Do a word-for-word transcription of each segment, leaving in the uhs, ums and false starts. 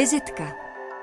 Vizitka.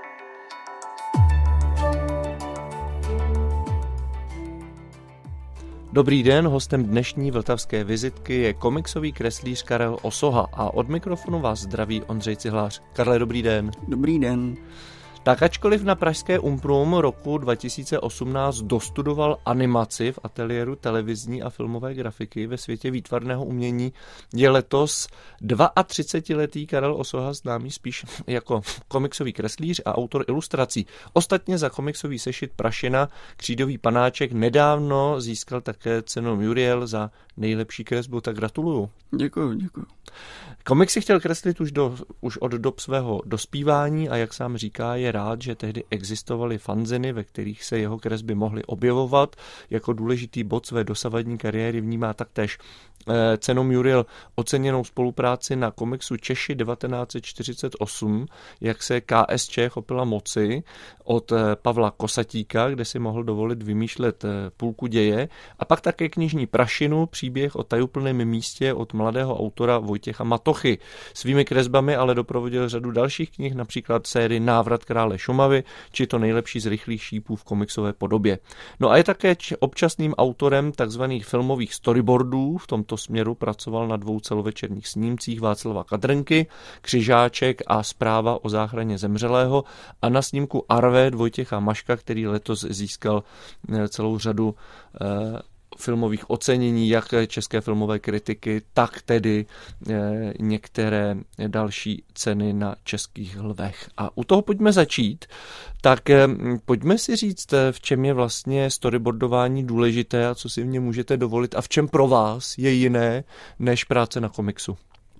Dobrý den, hostem dnešní vltavské vizitky je komiksový kreslíř Karel Osoha a od mikrofonu vás zdraví Ondřej Cihlář. Karle, dobrý den. Dobrý den. Tak ačkoliv na pražské Umprum roku dva tisíce osmnáct dostudoval animaci v ateliéru televizní a filmové grafiky ve světě výtvarného umění, je letos třicetiletý Karel Osoha známý spíš jako komiksový kreslíř a autor ilustrací. Ostatně za komiksový sešit Prašina Křídový panáček nedávno získal také cenu Muriel za nejlepší kresbu, tak gratuluju. Děkuju, děkuju. Komiksy chtěl kreslit už, do, už od dob svého dospívání a jak sám říká, je rád, že tehdy existovaly fanziny, ve kterých se jeho kresby mohly objevovat. Jako důležitý bod své dosavadní kariéry vnímá taktéž eh, cenou Muriel oceněnou spolupráci na komiksu Češi devatenáct set čtyřicet osm, jak se K S Č chopila moci od eh, Pavla Kosatíka, kde si mohl dovolit vymýšlet eh, půlku děje, a pak také knižní Prašinu, příběh o tajuplném místě od mladého autora Vojtěcha Matochy. Svými kresbami ale doprovodil řadu dalších knih, například sérii Návrat krále Šumavy, či to nejlepší z rychlých šípů v komiksové podobě. No a je také občasným autorem takzvaných filmových storyboardů. V tomto směru pracoval na dvou celovečerních snímcích Václava Kadrnky, Křižáček a Zpráva o záchraně zemřelého, a na snímku Arvéd Vojtěcha Maška, který letos získal celou řadu eh, filmových ocenění, jak české filmové kritiky, tak tedy e, některé další ceny na českých lvech. A u toho pojďme začít. Tak e, pojďme si říct, v čem je vlastně storyboardování důležité a co si v něm můžete dovolit a v čem pro vás je jiné než práce na komiksu.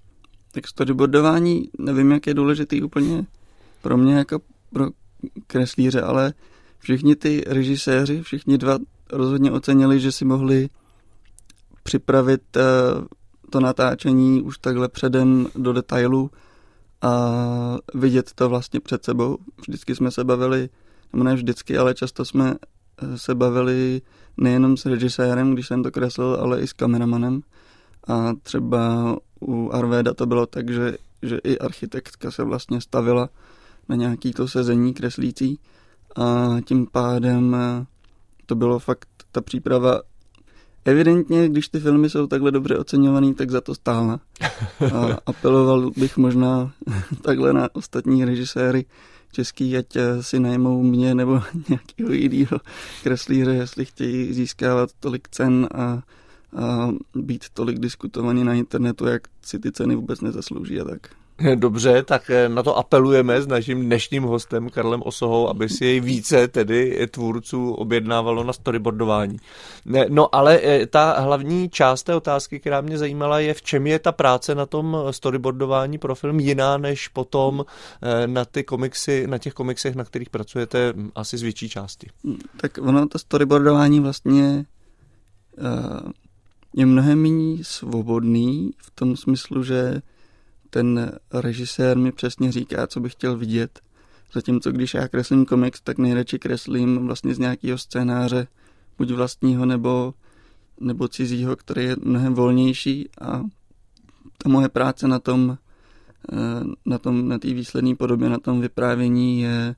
Tak storyboardování, nevím, jak je důležitý úplně pro mě jako pro kreslíře, ale všichni ty režiséři, všichni dva rozhodně ocenili, že si mohli připravit to natáčení už takhle předem do detailu a vidět to vlastně před sebou. Vždycky jsme se bavili, nebo ne vždycky, ale často jsme se bavili nejenom s režisérem, když jsem to kreslil, ale i s kameramanem. A třeba u Arvéda to bylo tak, že, že i architektka se vlastně stavila na nějaký to sezení kreslící a tím pádem to bylo fakt ta příprava. Evidentně, když ty filmy jsou takhle dobře oceňovaný, tak za to stála. A apeloval bych možná takhle na ostatní režiséry český, ať si najmou mě nebo nějakého jiného kreslíře, jestli chtějí získávat tolik cen a, a být tolik diskutovaný na internetu, jak si ty ceny vůbec nezaslouží a tak. Dobře, tak na to apelujeme s naším dnešním hostem Karlem Osohou, aby si jej více tedy tvůrců objednávalo na storyboardování. No ale ta hlavní část té otázky, která mě zajímala, je, v čem je ta práce na tom storyboardování pro film jiná než potom na ty komiksy, na těch komiksech, na kterých pracujete asi z větší části. Tak ono to storyboardování vlastně je mnohem méně svobodný v tom smyslu, že ten režisér mi přesně říká, co bych chtěl vidět. Zatímco když já kreslím komiks, tak nejradši kreslím vlastně z nějakého scénáře, buď vlastního nebo, nebo cizího, který je mnohem volnější, a ta moje práce na tom, na tom, na té výsledné podobě, na tom vyprávění je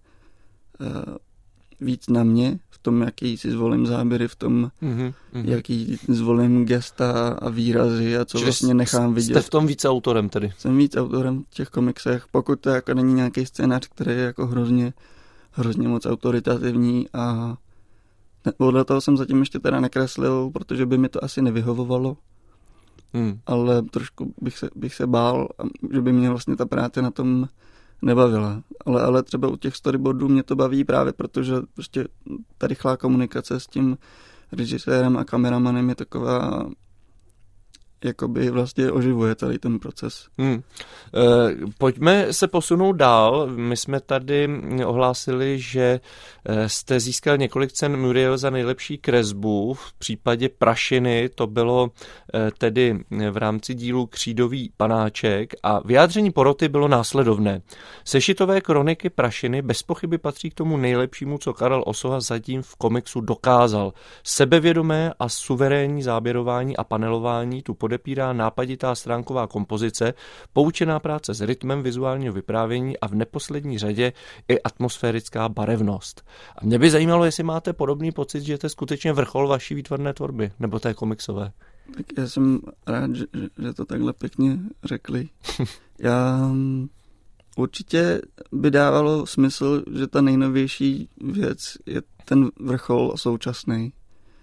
víc na mě, v tom, jaký si zvolím záběry, v tom, mm-hmm. jaký zvolím gesta a výrazy a co Čili vlastně nechám vidět. Jste v tom víc autorem tedy? Jsem víc autorem v těch komiksech, pokud to jako není nějaký scénář, který je jako hrozně, hrozně moc autoritativní, a podle toho jsem zatím ještě teda nekreslil, protože by mi to asi nevyhovovalo, hmm. ale trošku bych se, bych se bál, že by mě vlastně ta práce na tom nebavila. Ale, ale třeba u těch storyboardů mě to baví právě protože prostě ta rychlá komunikace s tím režisérem a kameramanem je taková, jakoby vlastně oživuje celý ten proces. Hmm. E, pojďme se posunout dál. My jsme tady ohlásili, že jste získal několik cen Muriel za nejlepší kresbu. V případě Prašiny to bylo tedy v rámci dílu Křídový panáček a vyjádření poroty bylo následovné. Sešitové kroniky Prašiny bez pochyby patří k tomu nejlepšímu, co Karel Osoha zatím v komiksu dokázal. Sebevědomé a suverénní záběrování a panelování tu odepírá nápaditá stránková kompozice, poučená práce s rytmem vizuálního vyprávění a v neposlední řadě i atmosférická barevnost. A mě by zajímalo, jestli máte podobný pocit, že to je skutečně vrchol vaší výtvarné tvorby, nebo té komiksové. Tak já jsem rád, že, že to takhle pěkně řekli. Já určitě by dávalo smysl, že ta nejnovější věc je ten vrchol současný.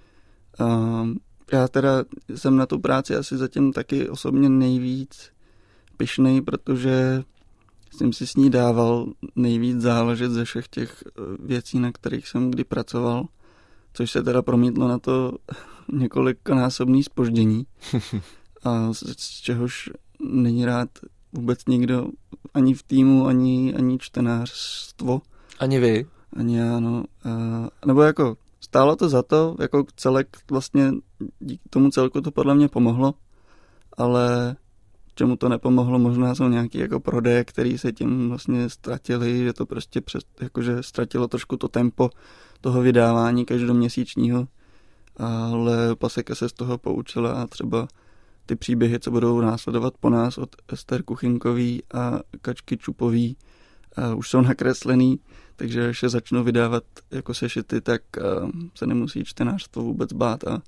Já teda jsem na tu práci asi zatím taky osobně nejvíc pyšnej, protože jsem si s ní dával nejvíc záležet ze všech těch věcí, na kterých jsem kdy pracoval, což se teda promítlo na to několikanásobný zpoždění, a z, z čehož není rád vůbec nikdo, ani v týmu, ani, ani čtenářstvo. Ani vy? Ani já, no. A, nebo jako stálo to za to, jako celek vlastně díky tomu celku to podle mě pomohlo, ale čemu to nepomohlo, možná jsou nějaký jako prodeje, který se tím vlastně ztratili, že to prostě přes, jakože ztratilo trošku to tempo toho vydávání každoměsíčního, ale Paseka se z toho poučila a třeba ty příběhy, co budou následovat po nás od Ester Kuchyňkový a Kačky Čupový, a už jsou nakreslený, takže až je začnou vydávat jako sešity, tak se nemusí čtenářstvo vůbec bát a, a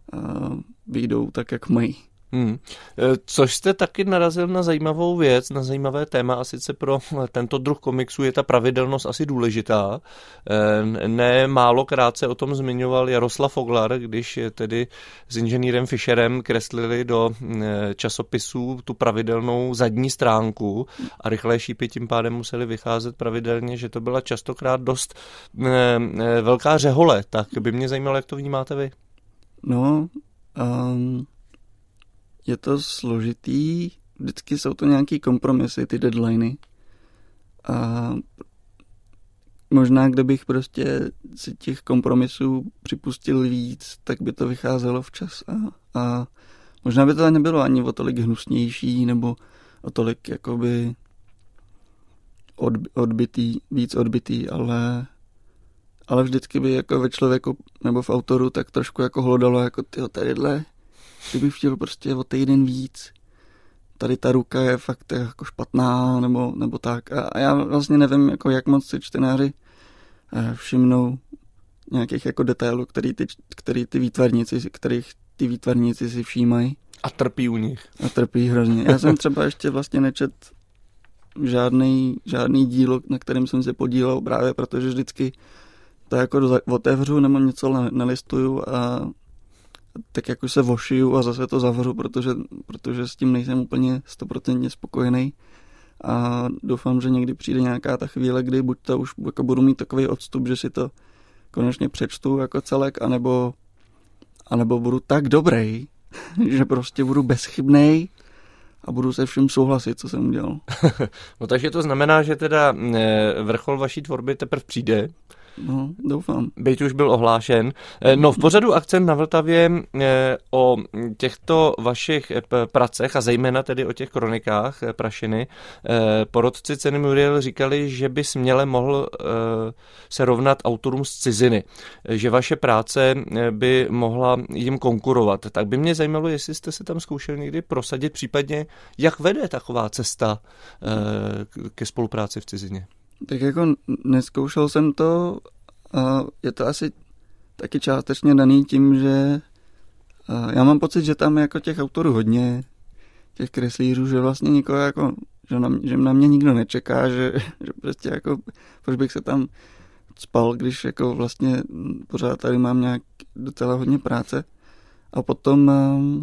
vyjdou tak, jak mají. Hmm. Což jste taky narazil na zajímavou věc, na zajímavé téma, a sice pro tento druh komiksu je ta pravidelnost asi důležitá. Ne málokrát se o tom zmiňoval Jaroslav Foglar, když tedy s inženýrem Fischerem kreslili do časopisů tu pravidelnou zadní stránku a rychlé šípy tím pádem museli vycházet pravidelně, že to byla častokrát dost velká řehole. Tak by mě zajímalo, jak to vnímáte vy. No, um... je to složitý, vždycky jsou to nějaký kompromisy, ty deadliny. A možná, kdybych prostě si těch kompromisů připustil víc, tak by to vycházelo včas. A, a možná by to nebylo ani o tolik hnusnější, nebo o tolik jakoby od, odbitý, víc odbitý, ale, ale vždycky by jako ve člověku nebo v autoru tak trošku jako hlodalo, jako tyjo, tadyhle kdybych chtěl prostě o týden víc. Tady ta ruka je fakt jako špatná, nebo, nebo tak. A, a já vlastně nevím, jako jak moc si čtenáři všimnou nějakých jako detailů, který ty, který ty výtvarníci, kterých ty výtvarníci si všímají. A trpí u nich. A trpí hrozně. Já jsem třeba ještě vlastně nečet žádný, žádný dílo, na kterém jsem se podílel, právě protože vždycky to jako otevřu nebo něco nalistuju a tak jako se vošiju a zase to zavřu, protože, protože s tím nejsem úplně stoprocentně spokojený a doufám, že někdy přijde nějaká ta chvíle, kdy buď to už jako budu mít takový odstup, že si to konečně přečtu jako celek, anebo, anebo budu tak dobrý, že prostě budu bezchybnej a budu se vším souhlasit, co jsem udělal. No takže to znamená, že teda vrchol vaší tvorby teprve přijde. No, doufám. Byť už byl ohlášen. No, v pořadu Akcent na Vltavě o těchto vašich pracech a zejména tedy o těch kronikách Prašiny porotci ceny Muriel říkali, že by směle mohl se rovnat autorům z ciziny, že vaše práce by mohla jim konkurovat. Tak by mě zajímalo, jestli jste se tam zkoušeli někdy prosadit, případně jak vede taková cesta ke spolupráci v cizině. Tak jako neskoušel jsem to a je to asi taky částečně daný tím, že já mám pocit, že tam je jako těch autorů hodně, těch kreslířů, že vlastně nikoho jako, že na, že na mě nikdo nečeká, že, že prostě jako, proč bych se tam spal, když jako vlastně pořád tady mám nějak docela hodně práce. A potom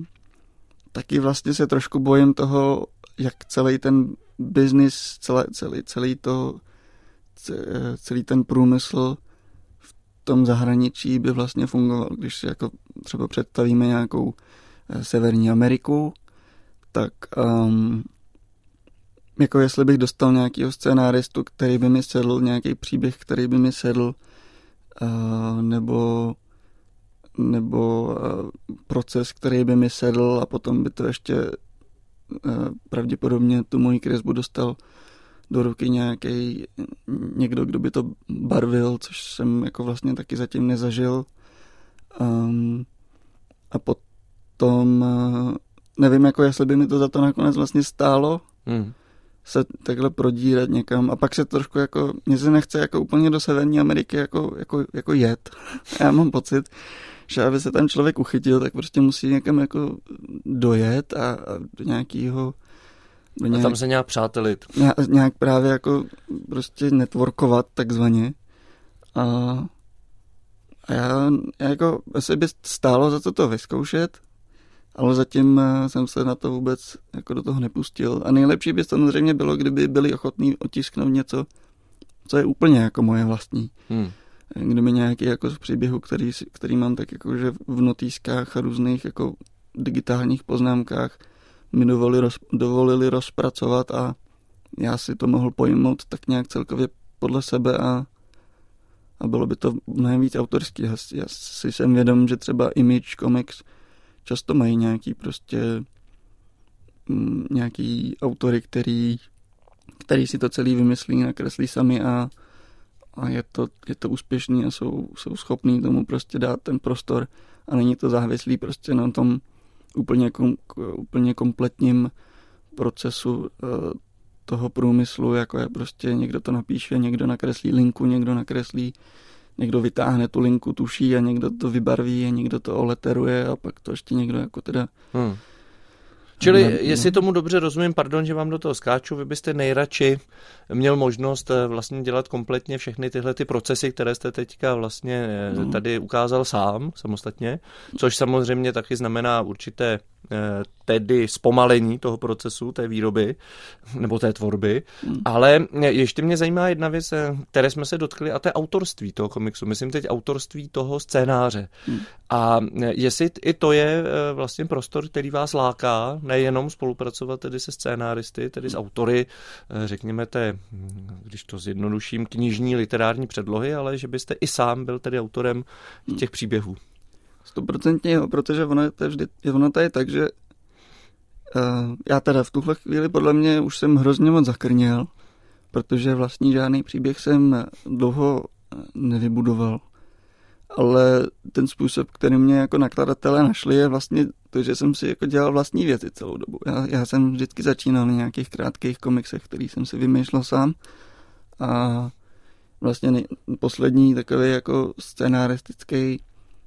taky vlastně se trošku bojím toho, jak celý ten biznis, celý, celý, celý to celý ten průmysl v tom zahraničí by vlastně fungoval. Když si jako třeba představíme nějakou Severní Ameriku, tak um, jako jestli bych dostal nějakého scénáristu, který by mi sedl, nějaký příběh, který by mi sedl, uh, nebo nebo uh, proces, který by mi sedl a potom by to ještě uh, pravděpodobně tu moji kresbu dostal do ruky nějaký někdo, kdo by to barvil, což jsem jako vlastně taky zatím nezažil. Um, a potom uh, nevím, jako jestli by mi to za to nakonec vlastně stálo, hmm. se takhle prodírat někam a pak se trošku jako, mně se nechce jako úplně do Severní Ameriky jako, jako, jako jet. Já mám pocit, že aby se tam člověk uchytil, tak prostě musí někam jako dojet a, a do nějakého... Do nějak, a tam se nějak přátelit. Nějak, nějak právě jako prostě networkovat takzvaně. A, a já, já jako, asi by stálo za to to vyzkoušet, ale zatím jsem se na to vůbec jako do toho nepustil. A nejlepší by samozřejmě bylo, kdyby byli ochotní otisknout něco, co je úplně jako moje vlastní. Hmm. Kdyby nějaký jako z příběhu, který, který mám tak jako, že v notýskách a různých jako digitálních poznámkách mi dovolili, roz, dovolili rozpracovat a já si to mohl pojmout tak nějak celkově podle sebe a, a bylo by to mnohem víc autorský. Já, já si jsem vědom, že třeba Image Comics často mají nějaký prostě m, nějaký autory, který, který si to celý vymyslí, nakreslí sami a, a je, to, je to úspěšný a jsou, jsou schopní tomu prostě dát ten prostor a není to závislý prostě na tom úplně, kom, úplně kompletním procesu uh, toho průmyslu, jako je prostě někdo to napíše, někdo nakreslí linku, někdo nakreslí, někdo vytáhne tu linku, tuší a někdo to vybarví a někdo to oleteruje a pak to ještě někdo jako teda... Hmm. Čili, ne, jestli ne. tomu dobře rozumím, pardon, že vám do toho skáču, vy byste nejradši měl možnost vlastně dělat kompletně všechny tyhle ty procesy, které jste teďka vlastně no. tady ukázal sám, samostatně, což samozřejmě taky znamená určité tedy zpomalení toho procesu, té výroby, nebo té tvorby, hmm. ale ještě mě zajímá jedna věc, které jsme se dotkli, a to je autorství toho komiksu. Myslím teď autorství toho scénáře. Hmm. A jestli i to je vlastně prostor, který vás láká, nejenom spolupracovat tedy se scénáristy, tedy s autory, řekněme té, když to zjednoduším, knižní literární předlohy, ale že byste i sám byl tedy autorem těch příběhů. Stoprocentně jo, protože ono to je, vždy, ono to je tak, že uh, já teda v tuhle chvíli podle mě už jsem hrozně moc zakrněl, protože vlastně žádný příběh jsem dlouho nevybudoval. Ale ten způsob, který mě jako nakladatelé našli, je vlastně to, že jsem si jako dělal vlastní věci celou dobu. Já, já jsem vždycky začínal na nějakých krátkých komiksech, který jsem si vymýšlel sám. A vlastně nej, poslední takový jako scenaristický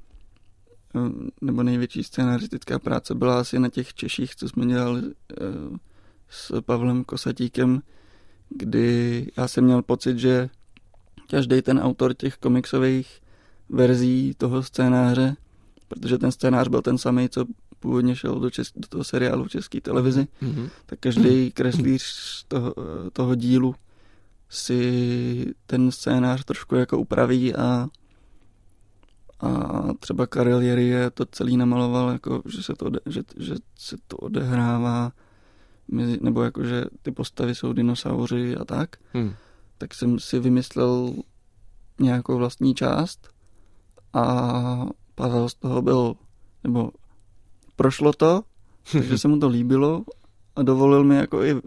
nebo největší scenaristická práce byla asi na těch Češích, co jsme dělali s Pavlem Kosatíkem, kdy já jsem měl pocit, že každý ten autor těch komiksových verzí toho scénáře, protože ten scénář byl ten samý, co původně šel do, česk- do toho seriálu v České televizi, mm-hmm. tak každý kreslíř toho, toho dílu si ten scénář trošku jako upraví a a třeba Karel Jerie to celý namaloval, jako, že, se to ode, že, že se to odehrává, mezi, nebo jako, že ty postavy jsou dinosauři a tak, hmm. tak jsem si vymyslel nějakou vlastní část a Pavel z toho byl, nebo prošlo to, takže se mu to líbilo a dovolil mi jako i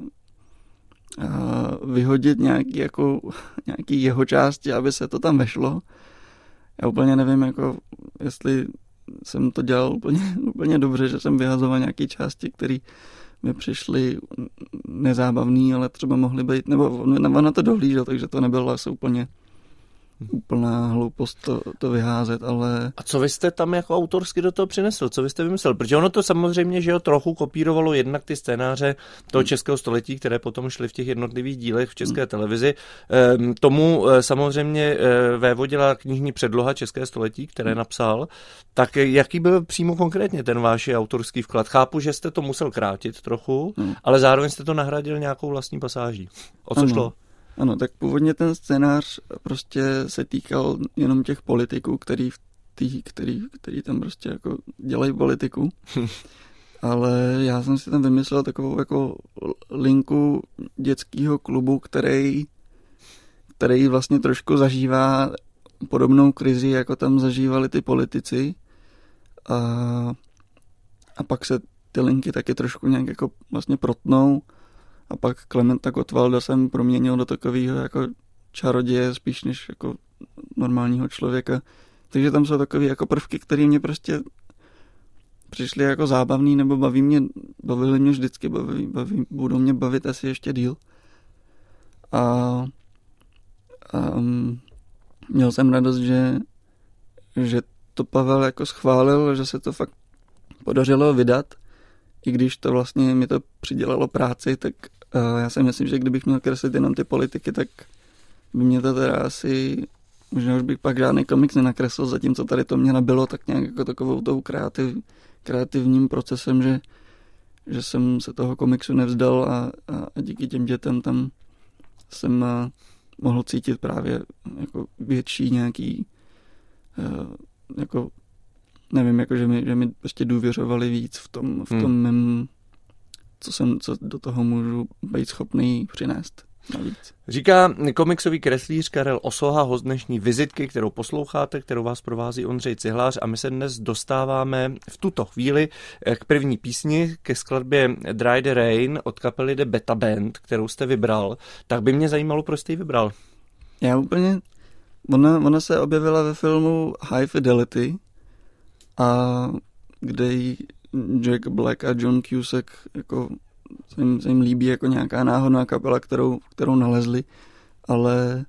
vyhodit nějaký, jako, nějaký jeho části, aby se to tam vešlo. Já úplně nevím, jako, jestli jsem to dělal úplně, úplně dobře, že jsem vyhazoval nějaké části, které mi přišly nezábavný, ale třeba mohly být, nebo on na to dohlížel, takže to nebylo asi úplně úplná hloupost to, to vyházet, ale... A co vy jste tam jako autorsky do toho přinesl? Co vy jste vymyslel? Protože ono to samozřejmě, že jo, trochu kopírovalo jednak ty scénáře toho hmm. českého století, které potom šly v těch jednotlivých dílech v České hmm. televizi. Ehm, tomu samozřejmě vévodila knižní předloha České století, které hmm. napsal. Tak jaký byl přímo konkrétně ten váš autorský vklad? Chápu, že jste to musel krátit trochu, hmm. ale zároveň jste to nahradil nějakou vlastní pasáží. O co ano. šlo? Ano, tak původně ten scénář prostě se týkal jenom těch politiků, který, tý, který, který tam prostě jako dělají politiku. Ale já jsem si tam vymyslel takovou jako linku dětského klubu, který, který vlastně trošku zažívá podobnou krizi, jako tam zažívali ty politici. A, a pak se ty linky taky trošku nějak jako vlastně protnou. A pak Klementa Gottwalda jsem proměnil do takového jako čaroděje spíš než jako normálního člověka. Takže tam jsou takové jako prvky, které mě prostě přišly jako zábavný, nebo baví mě, bavili mě vždycky, baví, baví, budou mě bavit asi ještě díl. A, a um, měl jsem radost, že, že to Pavel jako schválil, že se to fakt podařilo vydat, i když to vlastně mi to přidělalo práci, tak uh, já si myslím, že kdybych měl kreslit jenom ty politiky, tak by mě to teda asi, možná už bych pak žádný komiks nenakreslil, zatímco tady to mě nabilo tak nějak jako takovou tou kreativ, kreativním procesem, že, že jsem se toho komiksu nevzdal a, a, a díky těm dětem tam jsem uh, mohl cítit právě jako větší nějaký uh, jako nevím, jako že mi, že mi prostě důvěřovali víc v tom, v tom hmm. mém, co jsem, co do toho můžu být schopný přinést navíc. Říká komiksový kreslíř Karel Osoha, host dnešní vizitky, kterou posloucháte, kterou vás provází Ondřej Cihlář, a my se dnes dostáváme v tuto chvíli k první písni, ke skladbě Dry the Rain od kapely The Beta Band, kterou jste vybral. Tak by mě zajímalo, proč jste ji vybral. Já úplně, ona, ona se objevila ve filmu High Fidelity, a kde jí Jack Black a John Cusack jako se jim, se jim líbí jako nějaká náhodná kapela, kterou, kterou nalezli, ale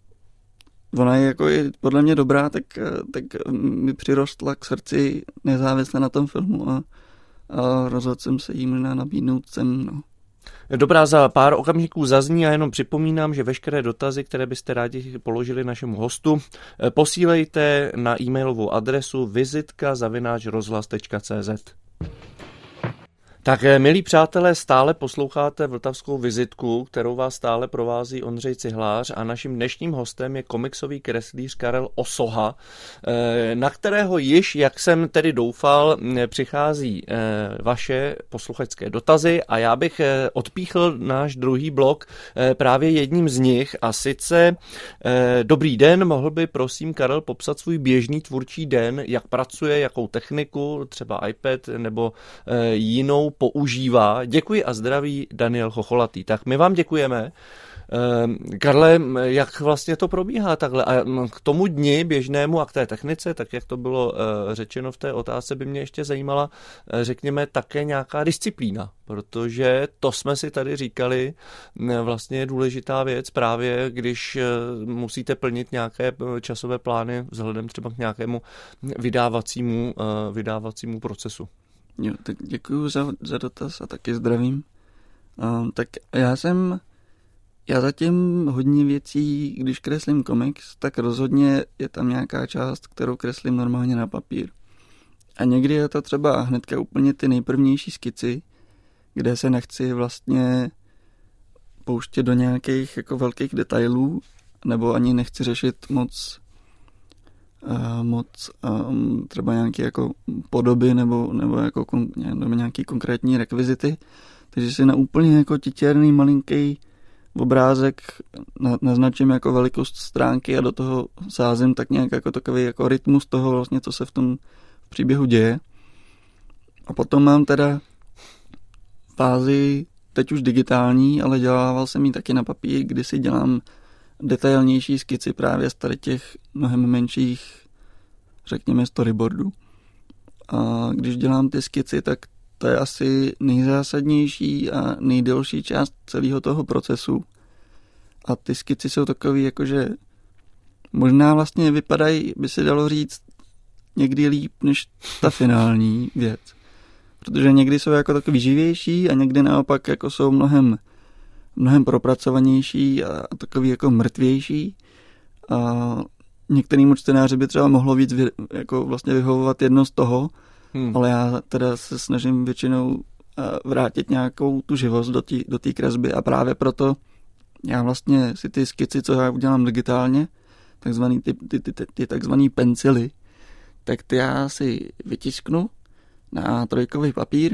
ona je jako je podle mě dobrá, tak, tak mi přirostla k srdci nezávisle na tom filmu a, a rozhodl jsem se jí možná nabídnout sem, no. Dobrá, za pár okamžiků zazní a jenom připomínám, že veškeré dotazy, které byste rádi položili našemu hostu, posílejte na e-mailovou adresu vizitka zavináč rozhlas tečka cé zet. Tak, milí přátelé, stále posloucháte Vltavskou vizitku, kterou vás stále provází Ondřej Cihlář, a naším dnešním hostem je komiksový kreslíř Karel Osoha, na kterého již, jak jsem tedy doufal, přichází vaše posluchačské dotazy, a já bych odpíchl náš druhý blok právě jedním z nich, a sice dobrý den, mohl by prosím Karel popsat svůj běžný tvůrčí den, jak pracuje, jakou techniku, třeba iPad nebo jinou používá. Děkuji a zdraví, Daniel Chocholatý. Tak my vám děkujeme. Karle, jak vlastně to probíhá takhle? A k tomu dni běžnému a k té technice, tak jak to bylo řečeno v té otázce, by mě ještě zajímala, řekněme, také nějaká disciplína, protože to jsme si tady říkali, vlastně je důležitá věc právě, když musíte plnit nějaké časové plány vzhledem třeba k nějakému vydávacímu, vydávacímu procesu. Jo, tak děkuju za, za dotaz a taky zdravím. Uh, tak já jsem, já zatím hodně věcí, když kreslím komiks, tak rozhodně je tam nějaká část, kterou kreslím normálně na papír. A někdy je to třeba hnedka úplně ty nejprvnější skici, kde se nechci vlastně pouštět do nějakých jako velkých detailů, nebo ani nechci řešit moc Uh, moc um, třeba nějaké jako podoby nebo, nebo, jako kon, nebo nějaký konkrétní rekvizity. Takže si na úplně jako titěrný malinký obrázek na, naznačím jako velikost stránky a do toho sázím tak nějak jako takový jako rytmus toho vlastně, co se v tom v příběhu děje. A potom mám teda fázi teď už digitální, ale dělával jsem ji taky na papír, kdy si dělám detailnější skici právě z tady těch mnohem menších, řekněme, storyboardů. A když dělám ty skici, tak to je asi nejzásadnější a nejdelší část celého toho procesu. A ty skici jsou takový, jakože možná vlastně vypadají, by se dalo říct, někdy líp než ta finální věc. Protože někdy jsou jako takový živější a někdy naopak jako jsou mnohem mnohem propracovanější a takový jako mrtvější. A některým čtenáři by třeba mohlo víc vy, jako vlastně vyhovovat jedno z toho, hmm. ale já teda se snažím většinou vrátit nějakou tu živost do té do té kresby a právě proto já vlastně si ty skici, co já udělám digitálně, takzvaný ty, ty, ty, ty, ty takzvaný pencily, tak ty já si vytisknu na á tři papír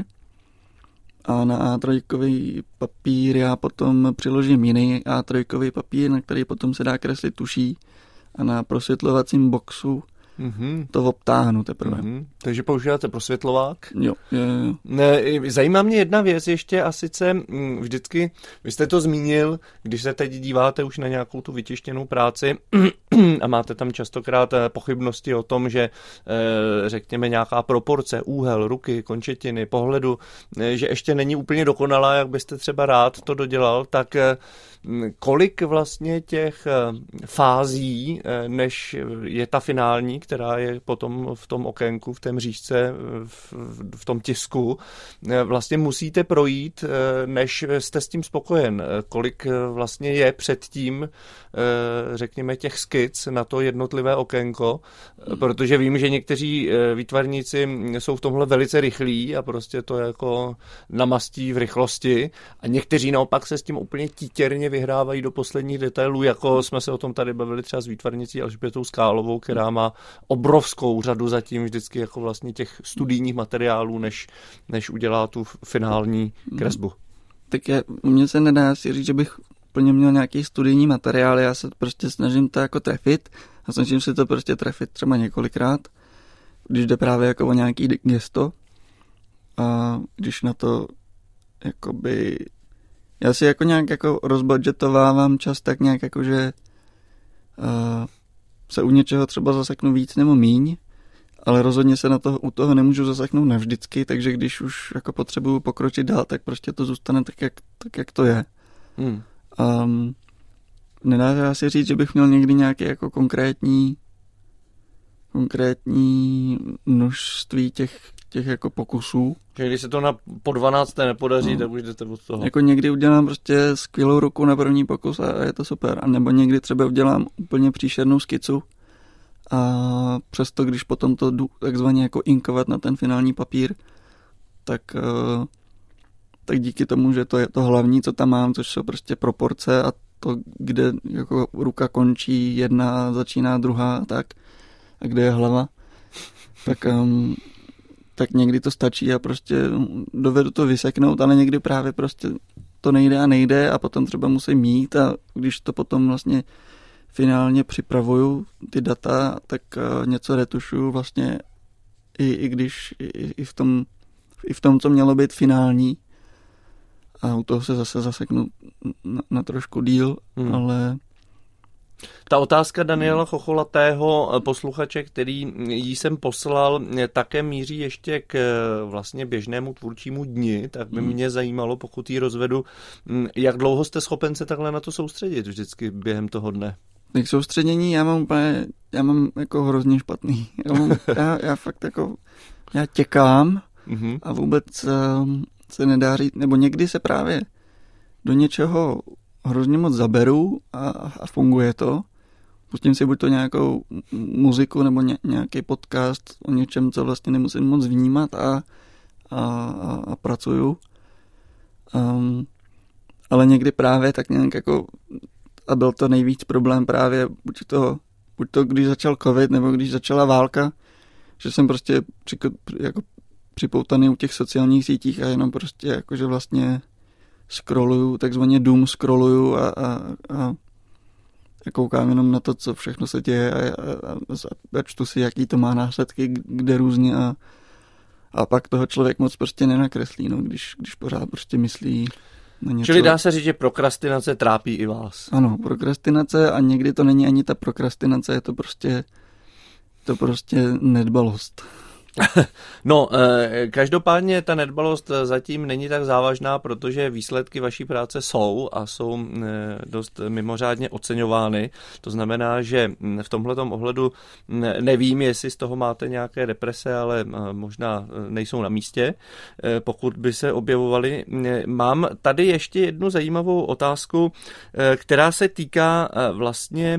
a na á tři papír já potom přiložím jiný á tři papír, na který potom se dá kreslit tuší a na prosvětlovacím boxu mm-hmm. to obtáhnu teprve. Mm-hmm. Takže používáte prosvětlovák? Jo, jo, jo. Zajímá mě jedna věc ještě a sice vždycky, vy jste to zmínil, když se teď díváte už na nějakou tu vytištěnou práci, a máte tam častokrát pochybnosti o tom, že řekněme nějaká proporce, úhel, ruky, končetiny, pohledu, že ještě není úplně dokonalá, jak byste třeba rád to dodělal, tak kolik vlastně těch fází, než je ta finální, která je potom v tom okénku, v té mřížce, v, v tom tisku, vlastně musíte projít, než jste s tím spokojen. Kolik vlastně je předtím, řekněme, těch skic na to jednotlivé okénko, protože vím, že někteří výtvarníci jsou v tomhle velice rychlí a prostě to jako namastí v rychlosti a někteří naopak se s tím úplně títěrně vyhrávají do posledních detailů, jako jsme se o tom tady bavili třeba s výtvarnicí Alžbětou Skálovou, která má obrovskou řadu zatím vždycky jako vlastně těch studijních materiálů, než, než udělá tu finální kresbu. Tak je, u mě se nedá si říct, že bych úplně měl nějaký studijní materiál, já se prostě snažím to jako trefit a snažím se to prostě trefit třeba několikrát, když jde právě jako o nějaký gesto a když na to jakoby já si jako nějak jako rozbudgetovávám čas tak nějak jako, že uh, se u něčeho třeba zaseknu víc nebo míň, ale rozhodně se na to, u toho nemůžu zaseknout navždycky, takže když už jako potřebuju pokročit dál, tak prostě to zůstane tak, jak, tak, jak to je. Hmm. Um, nedá se říct, že bych měl někdy nějaký jako konkrétní konkrétní množství těch, těch jako pokusů. Že když se to na po dvanácté nepodaří, no. tak už jdete od toho. Jako někdy udělám prostě skvělou ruku na první pokus a je to super. A nebo někdy třeba udělám úplně příšernou skicu a přesto, když potom to jdu takzvaně jako inkovat na ten finální papír, tak, tak díky tomu, že to je to hlavní, co tam mám, což jsou prostě proporce a to, kde jako ruka končí jedna, začíná druhá, tak a kde je hlava, tak, um, tak někdy to stačí a prostě dovedu to vyseknout, ale někdy právě prostě to nejde a nejde a potom třeba musím mít a když to potom vlastně finálně připravuju ty data, tak uh, něco retušuju vlastně i, i když i, i, v tom, i v tom, co mělo být finální a u toho se zase zaseknu na, na trošku díl, hmm. ale ta otázka Daniela Chocholatého, posluchače, který jí jsem poslal, také míří ještě k vlastně běžnému tvůrčímu dni, tak by mě zajímalo, pokud jí rozvedu, jak dlouho jste schopen se takhle na to soustředit vždycky během toho dne? Tak soustředění já mám úplně, já mám jako hrozně špatný. Já, mám, já, já fakt jako, já těkám mm-hmm. a vůbec um, se nedá říct, nebo někdy se právě do něčeho hrozně moc zaberu a, a funguje to. Pustím si buď to nějakou muziku nebo ně, nějaký podcast o něčem, co vlastně nemusím moc vnímat a, a, a, a pracuju. Um, ale někdy právě tak nějak jako, a byl to nejvíc problém právě buď to, buď to když začal covid nebo když začala válka, že jsem prostě při, jako připoutaný u těch sociálních sítích a jenom prostě jakože vlastně scrolluju, takzvaně doom scrolluju a, a, a, a koukám jenom na to, co všechno se děje a, a, a, a čtu si, jaký to má následky, kde různě a, a pak toho člověk moc prostě nenakreslí, no, když, když pořád prostě myslí na něco. Čili dá se říct, že prokrastinace trápí i vás. Ano, prokrastinace a někdy to není ani ta prokrastinace, je to prostě, to prostě nedbalost. No, každopádně ta nedbalost zatím není tak závažná, protože výsledky vaší práce jsou a jsou dost mimořádně oceňovány. To znamená, že v tomhletom ohledu nevím, jestli z toho máte nějaké deprese, ale možná nejsou na místě, pokud by se objevovaly. Mám tady ještě jednu zajímavou otázku, která se týká vlastně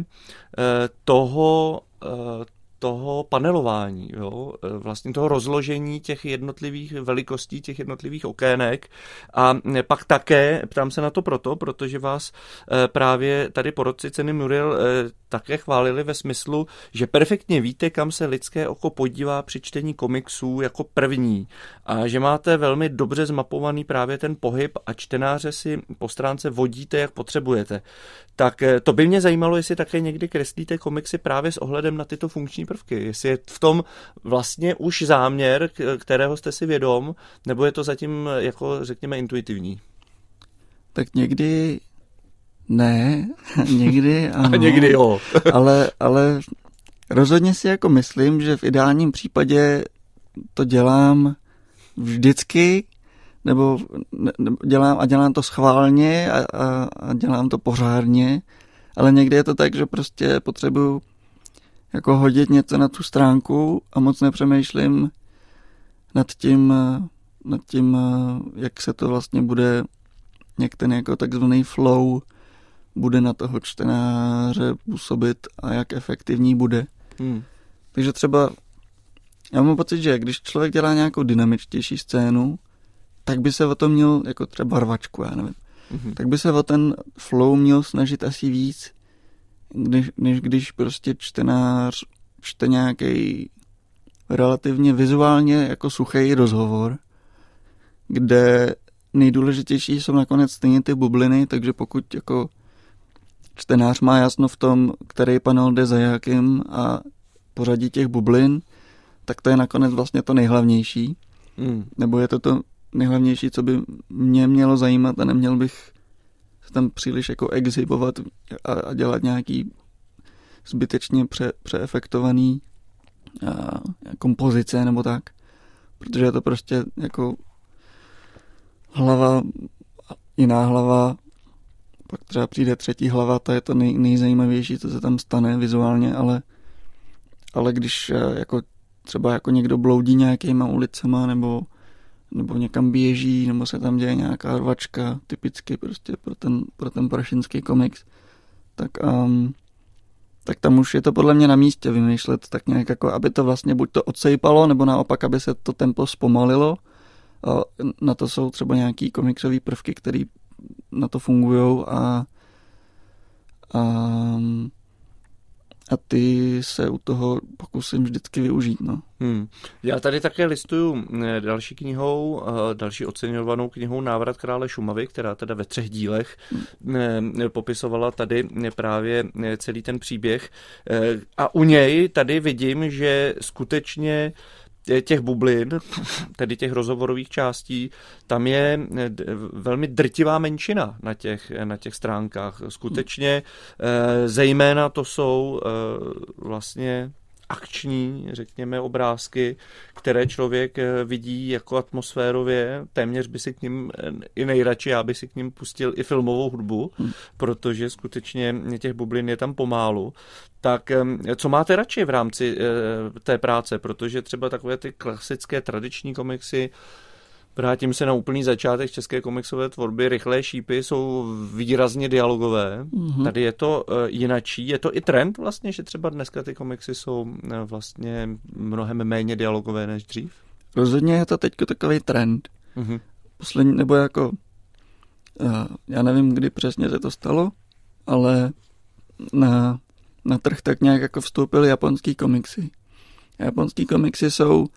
toho, toho panelování, jo? Vlastně toho rozložení těch jednotlivých velikostí, těch jednotlivých okének a pak také, ptám se na to proto, protože vás právě tady porotci ceny Muriel také chválili ve smyslu, že perfektně víte, kam se lidské oko podívá při čtení komiksů jako první a že máte velmi dobře zmapovaný právě ten pohyb a čtenáře si po stránce vodíte, jak potřebujete. Tak to by mě zajímalo, jestli také někdy kreslíte komiksy právě s ohledem na tyto funkční prvky. Jestli je v tom vlastně už záměr, kterého jste si vědom, nebo je to zatím jako, řekněme, intuitivní? Tak někdy, Ne, někdy ano. A někdy jo. ale, ale rozhodně si jako myslím, že v ideálním případě to dělám vždycky, nebo, nebo dělám a dělám to schválně a, a, a dělám to pořádně, ale někdy je to tak, že prostě potřebuju jako hodit něco na tu stránku a moc nepřemýšlím nad tím, nad tím, jak se to vlastně bude, jak ten jako takzvaný flow bude na toho čtenáře působit a jak efektivní bude. Hmm. Takže třeba já mám pocit, že když člověk dělá nějakou dynamičtější scénu, tak by se o to měl, jako třeba rvačku, já nevím, mm-hmm. tak by se o ten flow měl snažit asi víc, než, než když prostě čtenář čte nějaký relativně vizuálně jako suchý rozhovor, kde nejdůležitější jsou nakonec stejně ty bubliny, takže pokud jako čtenář má jasno v tom, který panel jde za jakým a pořadí těch bublin, tak to je nakonec vlastně to nejhlavnější. Mm. Nebo je to to nejhlavnější, co by mě mělo zajímat a neměl bych se tam příliš jako exhibovat a, a dělat nějaký zbytečně pře, přeefektovaný a, kompozice nebo tak. Protože je to prostě jako hlava, jiná hlava, pak třeba přijde třetí hlava, to je to nej, nejzajímavější, co se tam stane vizuálně, ale, ale když jako třeba jako někdo bloudí nějakýma ulicema nebo, nebo někam běží, nebo se tam děje nějaká rvačka, typicky prostě pro ten, pro ten prašinský komiks, tak, um, tak tam už je to podle mě na místě vymýšlet tak nějak jako, aby to vlastně buď to odsejpalo, nebo naopak, aby se to tempo zpomalilo. A na to jsou třeba nějaký komiksové prvky, které na to fungujou a, a A ty se u toho pokusím vždycky využít. No. Hmm. Já tady také listuju další knihou, další oceňovanou knihou Návrat krále Šumavy, která teda ve třech dílech hmm. popisovala tady právě celý ten příběh. A u něj tady vidím, že skutečně těch bublin, tedy těch rozhovorových částí, tam je velmi drtivá menšina na těch, na těch stránkách. Skutečně zejména to jsou vlastně akční, řekněme, obrázky, které člověk vidí jako atmosférově, téměř by si k nim i nejradši, já bych si k nim pustil i filmovou hudbu, hmm. protože skutečně těch bublin je tam pomálu. Tak co máte radši v rámci té práce, protože třeba takové ty klasické tradiční komiksy, vrátím se na úplný začátek české komiksové tvorby, Rychlé šípy jsou výrazně dialogové. Mm-hmm. Tady je to uh, jinačí. Je to i trend vlastně, že třeba dneska ty komiksy jsou uh, vlastně mnohem méně dialogové než dřív? Rozhodně je to teďko takový trend. Mm-hmm. Poslední, nebo jako uh, já nevím, kdy přesně se to stalo, ale na, na trh tak nějak jako vstoupily japonský komiksy. Japonský komiksy jsou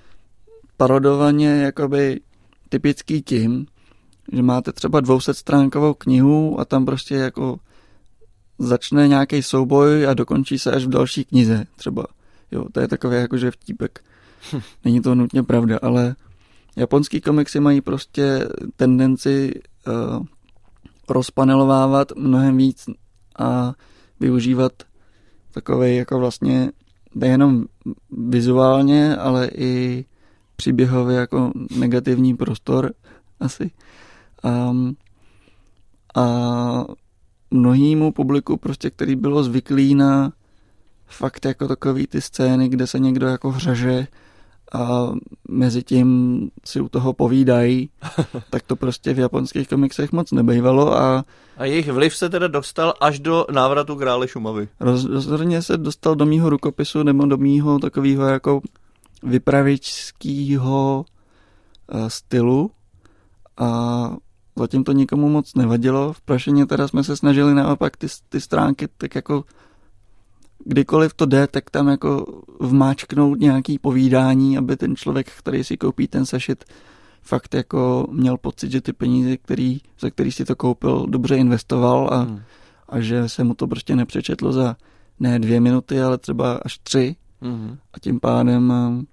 parodovaně jakoby typický tím, že máte třeba dvousetstránkovou knihu a tam prostě jako začne nějaký souboj a dokončí se až v další knize třeba. Jo, to je takový jakože vtípek. Není to nutně pravda, ale japonský komiksy mají prostě tendenci uh, rozpanelovávat mnohem víc a využívat takovej jako vlastně nejenom vizuálně, ale i příběhově jako negativní prostor asi. Um, a mnohýmu publiku prostě, který bylo zvyklý na fakt jako takový ty scény, kde se někdo jako hřaže a mezi tím si u toho povídají, tak to prostě v japonských komiksech moc nebejvalo. A, a jejich vliv se teda dostal až do Návratu krále Šumavy. Roz, rozhodně se dostal do mýho rukopisu nebo do mýho takového jako vypravěčského uh, stylu a zatím to nikomu moc nevadilo. V Prašině teda jsme se snažili naopak ty, ty stránky tak jako kdykoliv to jde, tak tam jako vmáčknout nějaký povídání, aby ten člověk, který si koupí ten sešit, fakt jako měl pocit, že ty peníze, který, za který si to koupil, dobře investoval a, hmm. a že se mu to prostě nepřečetlo za ne dvě minuty, ale třeba až tři. Hmm. A tím pádem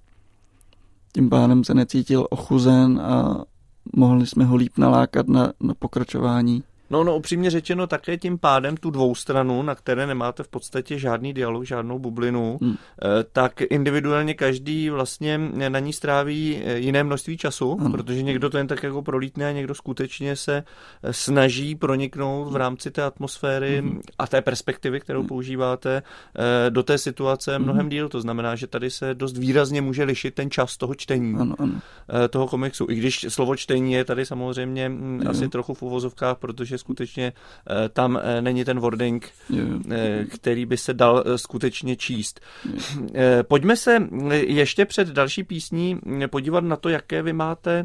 tím pádem se necítil ochuzen a mohli jsme ho líp nalákat na, na pokračování. No, no, upřímně řečeno také tím pádem tu dvoustranu, na které nemáte v podstatě žádný dialog, žádnou bublinu, hmm. tak individuálně každý vlastně na ní stráví jiné množství času, hmm. protože někdo to jen tak jako prolítne a někdo skutečně se snaží proniknout v rámci té atmosféry hmm. a té perspektivy, kterou hmm. používáte, do té situace mnohem hmm. díl. To znamená, že tady se dost výrazně může lišit ten čas toho čtení, ano, ano. toho komiksu. I když slovo čtení je tady samozřejmě jo. asi trochu v uvozovkách, protože skutečně tam není ten wording, jo. který by se dal skutečně číst. Jo. Pojďme se ještě před další písní podívat na to, jaké vy máte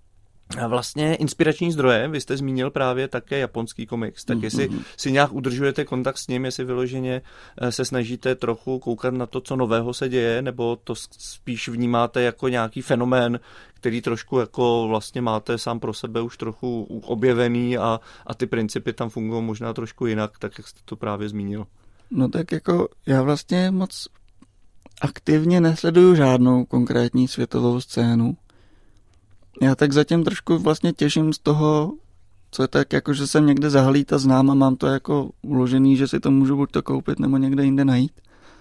vlastně inspirační zdroje. Vy jste zmínil právě také japonský komiks, tak jestli mm-hmm. si nějak udržujete kontakt s ním, jestli vyloženě se snažíte trochu koukat na to, co nového se děje, nebo to spíš vnímáte jako nějaký fenomén, který trošku jako vlastně máte sám pro sebe už trochu objevený a, a ty principy tam fungují možná trošku jinak, tak jak jste to právě zmínil. No tak jako já vlastně moc aktivně nesleduju žádnou konkrétní světovou scénu. Já tak zatím trošku vlastně těším z toho, co je tak jako, že jsem někde zahlít a znám a mám to jako uložený, že si to můžu buď to koupit nebo někde jinde najít.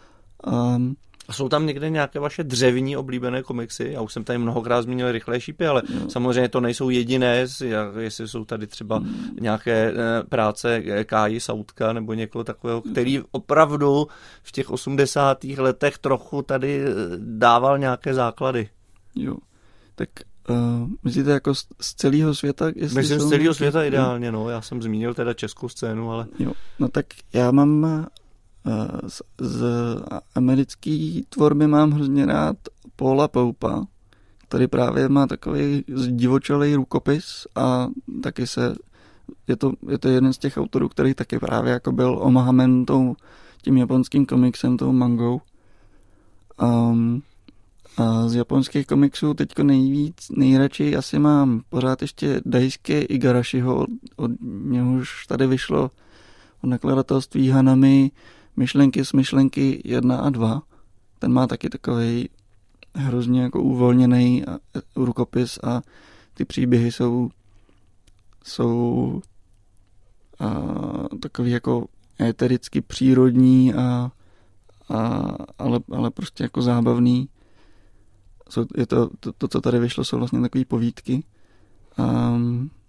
Um, A jsou tam někde nějaké vaše dřevní oblíbené komiksy? Já už jsem tady mnohokrát zmínil Rychlé šípy, ale jo. samozřejmě to nejsou jediné, jestli jsou tady třeba hmm. nějaké práce Káji Sautka nebo někoho takového, který opravdu v těch osmdesátých letech trochu tady dával nějaké základy. Jo, tak uh, myslíte jako z, z celého světa? Myslím z celého světa ideálně, no. Já jsem zmínil teda českou scénu, ale... Jo, no tak já mám... Z, z americké tvorby mám hrozně rád Paula Paupa, který právě má takový zdivočelý rukopis a taky se, je to, je to jeden z těch autorů, který taky právě jako byl omahamen tou, tím japonským komiksem, tou mangou. Um, a z japonských komiksů teďko nejvíc, nejradši asi mám pořád ještě Daisuke Igarashiho, od, od něhož tady vyšlo od nakladatelství Hanami Myšlenky z myšlenky jedna a dva. Ten má taky takový hrozně jako uvolněný rukopis a ty příběhy jsou jsou a, takový jako étericky přírodní a, a ale, ale prostě jako zábavný. Jsou, je to, to, to, co tady vyšlo, jsou vlastně takové povídky. A,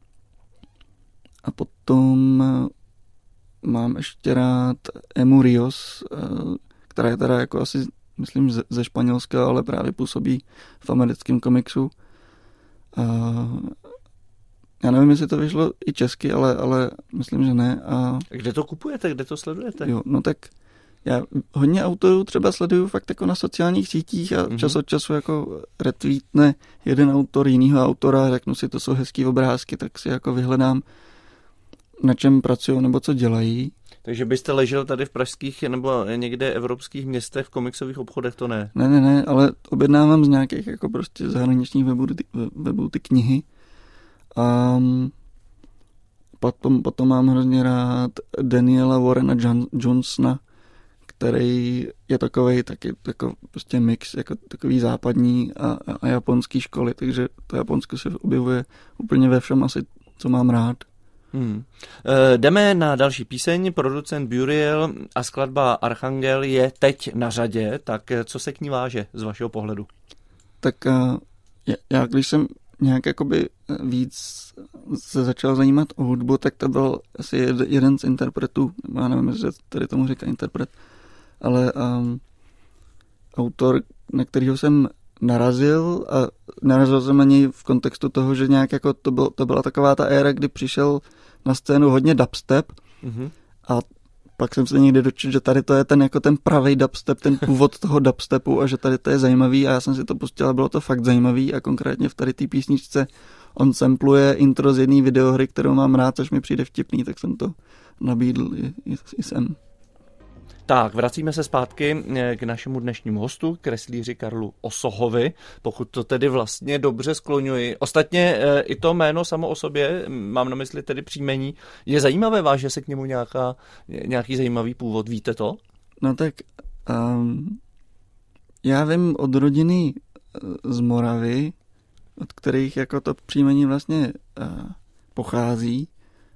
a potom mám ještě rád Emu Rios, která je teda jako asi, myslím, ze Španělska, ale právě působí v americkém komiksu. Já nevím, jestli to vyšlo i česky, ale, ale myslím, že ne. A... Kde to kupujete? Kde to sledujete? Jo, no tak já hodně autorů třeba sleduju fakt jako na sociálních sítích a mm-hmm. čas od času jako retweetne jeden autor jinýho autora, řeknu si, to jsou hezký obrázky, tak si jako vyhledám, na čem pracují nebo co dělají. Takže byste ležel tady v pražských nebo někde evropských městech v komiksových obchodech, to ne? Ne, ne, ne, ale objednávám z nějakých jako prostě zahraničních webů ty, webů ty knihy. A potom, potom mám hrozně rád Daniela Warrena Johnsona, který je takovej taky takový prostě mix, jako takový západní a, a, a japonský školy, takže to Japonsko se objevuje úplně ve všem asi, co mám rád. Hmm. E, jdeme na další píseň. Producent Buriel a skladba Archangel je teď na řadě, tak co se k ní váže z vašeho pohledu? Tak já, já když jsem nějak jakoby víc se začal zajímat o hudbu, tak to byl asi jeden z interpretů, já nevím, jestli tady tomu říká interpret, ale um, autor, na kterého jsem narazil a narazil jsem na něj v kontextu toho, že nějak jako to, byl, to byla taková ta éra, kdy přišel na scénu hodně dubstep mm-hmm. a pak jsem se někdy dočetl, že tady to je ten jako ten pravý dubstep, ten původ toho dubstepu a že tady to je zajímavý a já jsem si to pustil a bylo to fakt zajímavý a konkrétně v tady té písničce on sampluje intro z jedné videohry, kterou mám rád, což mi přijde vtipný, tak jsem to nabídl i, i, i sem. Tak, vracíme se zpátky k našemu dnešnímu hostu, kreslíři Karlu Osohovi, pokud to tedy vlastně dobře skloňuji. Ostatně i to jméno samo o sobě, mám na mysli tedy příjmení, je zajímavé, váže se k němu nějaká, nějaký zajímavý původ, víte to? No tak um, já vím od rodiny z Moravy, od kterých jako to příjmení vlastně uh, pochází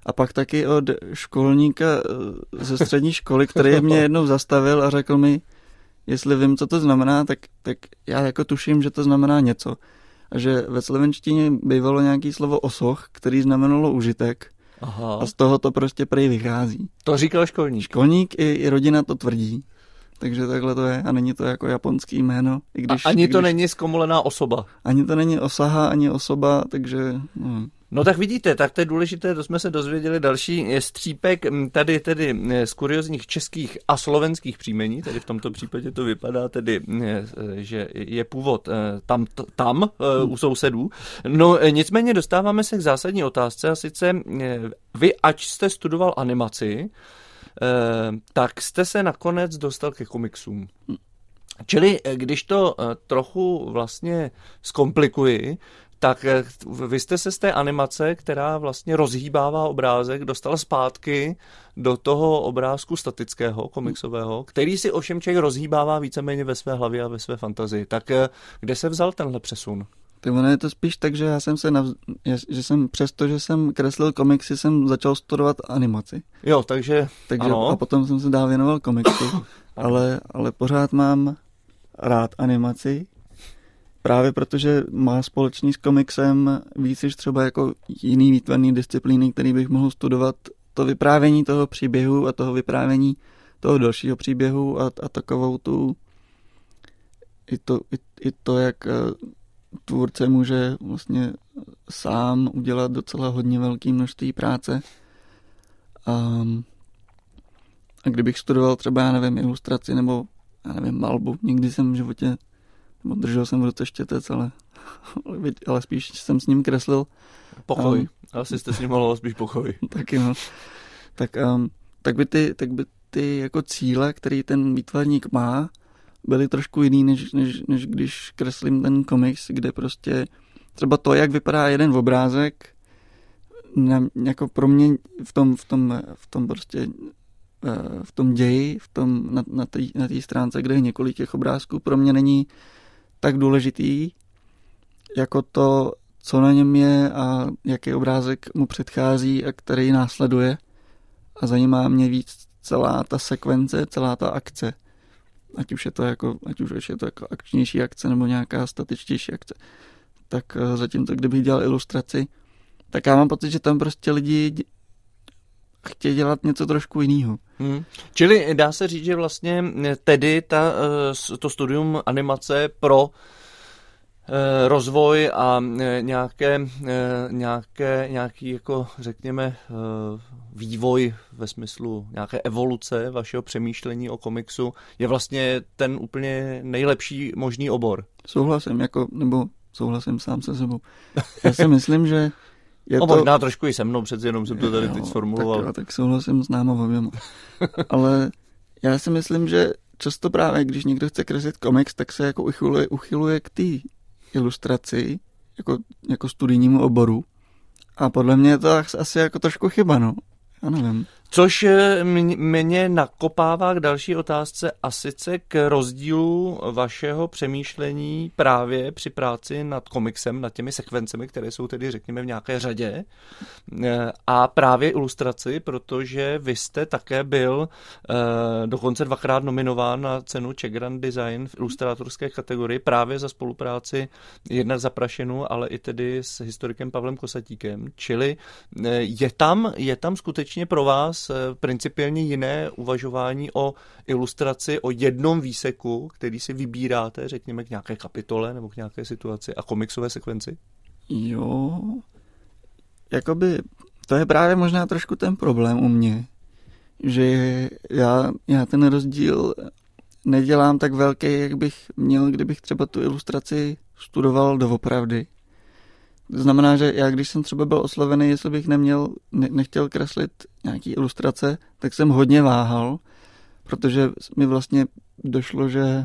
A pak taky od školníka ze střední školy, který mě jednou zastavil a řekl mi, jestli vím, co to znamená, tak, tak já jako tuším, že to znamená něco. A že ve slovenštině bývalo nějaký slovo osoch, který znamenalo užitek. Aha. A z toho to prostě prej vychází. To říkal školník. Školník i, i rodina to tvrdí. Takže takhle to je a není to jako japonský jméno. I když, a ani i když, to není zkomolená osoba. Ani to není osaha, ani osoba, takže... No. No tak vidíte, tak to je důležité, to jsme se dozvěděli další střípek tady tedy z kuriozních českých a slovenských příjmení, tedy v tomto případě to vypadá tedy, že je původ tam, tam u sousedů. No nicméně dostáváme se k zásadní otázce a sice vy, ač jste studoval animaci, tak jste se nakonec dostal ke komiksům. Čili když to trochu vlastně zkomplikuji, tak vy jste se z té animace, která vlastně rozhýbává obrázek, dostal zpátky do toho obrázku statického, komiksového, který si ovšem člověk rozhýbává víceméně ve své hlavě a ve své fantazii. Tak kde se vzal tenhle přesun? Tak ono je to spíš tak, že já jsem se, navz... že jsem přesto, že jsem kreslil komiksy, jsem začal studovat animaci. Jo, takže, takže ano. A potom jsem se dál věnoval komiksu, ale, ale pořád mám rád animaci. Právě protože má společný s komiksem víc než třeba jako jiný výtvarný disciplíny, který bych mohl studovat, to vyprávění toho příběhu a toho vyprávění toho dalšího příběhu a, a takovou tu i to, i, i to, jak tvůrce může vlastně sám udělat docela hodně velké množství práce. A, a kdybych studoval třeba, já nevím, ilustraci nebo, já nevím, malbu, nikdy jsem v životě Nebo držel jsem v ruce štětec, ale, ale spíš jsem s ním kreslil. Pokoj. Um, Asi jste s ním maloval spíš pokoj. Taky no. Tak, um, tak, by ty, tak by ty jako cíle, který ten výtvarník má, byly trošku jiný, než, než, než když kreslím ten komiks, kde prostě třeba to, jak vypadá jeden obrázek, na, jako pro mě v tom, v tom, v tom prostě v tom ději, v tom, na, na té na té stránce, kde je několik těch obrázků, pro mě není tak důležitý, jako to, co na něm je a jaký obrázek mu předchází a který následuje. A zajímá mě víc celá ta sekvence, celá ta akce. Ať už je to jako, ať už je to jako akčnější akce nebo nějaká statičtější akce. Tak zatímco, kdybych dělal ilustraci, tak já mám pocit, že tam prostě lidi chtějí dělat něco trošku jiného. Hmm. Čili dá se říct, že vlastně tedy ta, to studium animace pro rozvoj a nějaké, nějaké, nějaký, jako řekněme, vývoj ve smyslu nějaké evoluce vašeho přemýšlení o komiksu je vlastně ten úplně nejlepší možný obor. Souhlasím, jako, nebo souhlasím sám se sebou. Já si myslím, že je no, to... možná trošku i se mnou, přece jenom jsem to tady jo, teď sformuloval. Tak, tak souhlasím s náma oběma. Ale já si myslím, že často právě, když někdo chce kreslit komiks, tak se jako uchyluje, uchyluje k té ilustraci, jako, jako studijnímu oboru. A podle mě je to asi jako trošku chyba, no. Já nevím. Což mě nakopává k další otázce a sice k rozdílu vašeho přemýšlení právě při práci nad komiksem, nad těmi sekvencemi, které jsou tedy řekněme v nějaké řadě a právě ilustraci, protože vy jste také byl dokonce dvakrát nominován na cenu Czech Grand Design v ilustrátorské kategorii právě za spolupráci jednak za Prašinu, ale i tedy s historikem Pavlem Kosatíkem. Čili je tam, je tam skutečně pro vás principiálně jiné uvažování o ilustraci, o jednom výseku, který si vybíráte, řekněme, k nějaké kapitole nebo k nějaké situaci a komiksové sekvenci? Jo, jakoby to je právě možná trošku ten problém u mě, že já, já ten rozdíl nedělám tak velký, jak bych měl, kdybych třeba tu ilustraci studoval doopravdy. To znamená, že já, když jsem třeba byl oslovený, jestli bych neměl, ne, nechtěl kreslit nějaký ilustrace, tak jsem hodně váhal, protože mi vlastně došlo, že,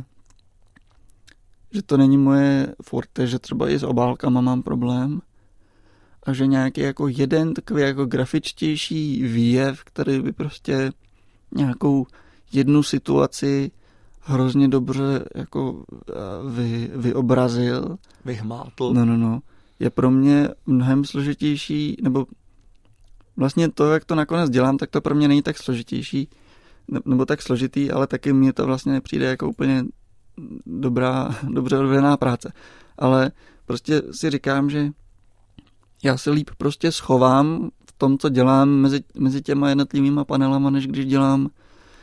že to není moje forte, že třeba i s obálkama mám problém a že nějaký jako jeden takový jako grafičtější výjev, který by prostě nějakou jednu situaci hrozně dobře jako vy, vyobrazil. Vyhmátl. No, no, no. Je pro mě mnohem složitější, nebo vlastně to, jak to nakonec dělám, tak to pro mě není tak složitější, nebo tak složitý, ale taky mně to vlastně nepřijde jako úplně dobrá, dobře odvedená práce. Ale prostě si říkám, že já se líp prostě schovám v tom, co dělám mezi, mezi těma jednotlivýma panelama, než když dělám uh,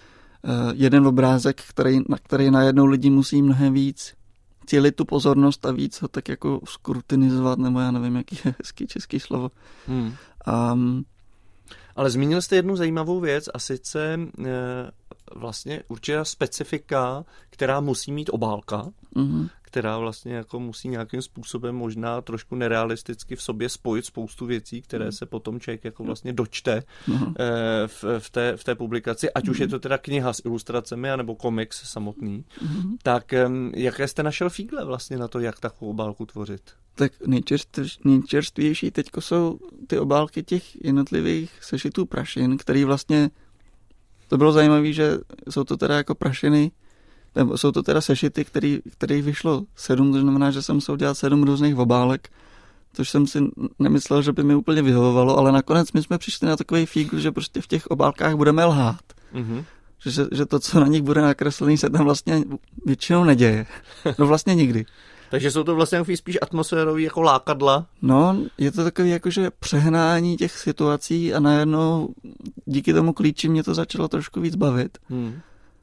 jeden obrázek, který, na který najednou lidi musí mnohem víc cílit tu pozornost a víc ho tak jako skrutinizovat, nebo já nevím, jaký je hezký český slovo. Hmm. Um, Ale zmínil jste jednu zajímavou věc a sice e, vlastně určitá specifika, která musí mít obálka, mm-hmm. která vlastně jako musí nějakým způsobem možná trošku nerealisticky v sobě spojit spoustu věcí, které se potom člověk jako vlastně dočte mm-hmm. e, v, v, té, v té publikaci, ať mm-hmm. už je to teda kniha s ilustracemi, anebo komiks samotný. Mm-hmm. Tak e, jaké jste našel fígle vlastně na to, jak takovou obálku tvořit? Tak nejčerstvější teďko jsou ty obálky těch jednotlivých sešitů prašin, který vlastně, to bylo zajímavé, že jsou to teda jako prašiny, nebo jsou to teda sešity, který, kterých vyšlo sedm, to znamená, že jsem musel dělat sedm různých obálek, což jsem si nemyslel, že by mi úplně vyhovovalo, ale nakonec my jsme přišli na takový fígl, že prostě v těch obálkách budeme lhát. Mm-hmm. Že, že to, co na nich bude nakreslený, se tam vlastně většinou neděje. No vlastně nikdy. Takže jsou to vlastně spíš atmosférový jako lákadla? No, je to takový jakože přehnání těch situací a najednou díky tomu klíči mě to začalo trošku víc bavit. Hmm.